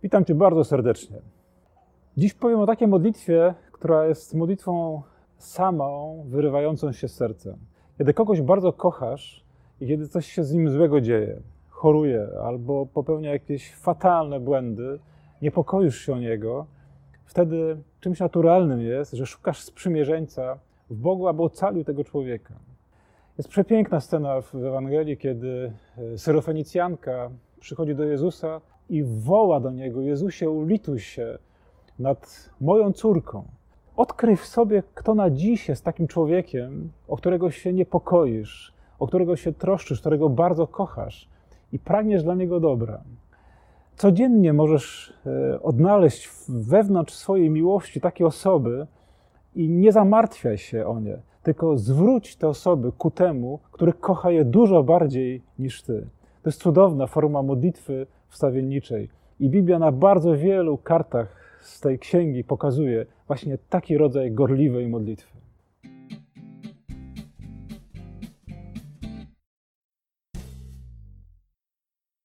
Witam Cię bardzo serdecznie. Dziś powiem o takiej modlitwie, która jest modlitwą samą, wyrywającą się z serca. Kiedy kogoś bardzo kochasz i kiedy coś się z nim złego dzieje, choruje albo popełnia jakieś fatalne błędy, niepokoisz się o niego, wtedy czymś naturalnym jest, że szukasz sprzymierzeńca w Bogu, aby ocalił tego człowieka. Jest przepiękna scena w Ewangelii, kiedy Syrofenicjanka przychodzi do Jezusa i woła do Niego: Jezusie, ulituj się nad moją córką. Odkryj w sobie, kto na dziś jest takim człowiekiem, o którego się niepokoisz, o którego się troszczysz, którego bardzo kochasz i pragniesz dla niego dobra. Codziennie możesz odnaleźć wewnątrz swojej miłości takie osoby i nie zamartwiaj się o nie, tylko zwróć te osoby ku temu, który kocha je dużo bardziej niż ty. To jest cudowna forma modlitwy wstawienniczej i Biblia na bardzo wielu kartach z tej księgi pokazuje właśnie taki rodzaj gorliwej modlitwy.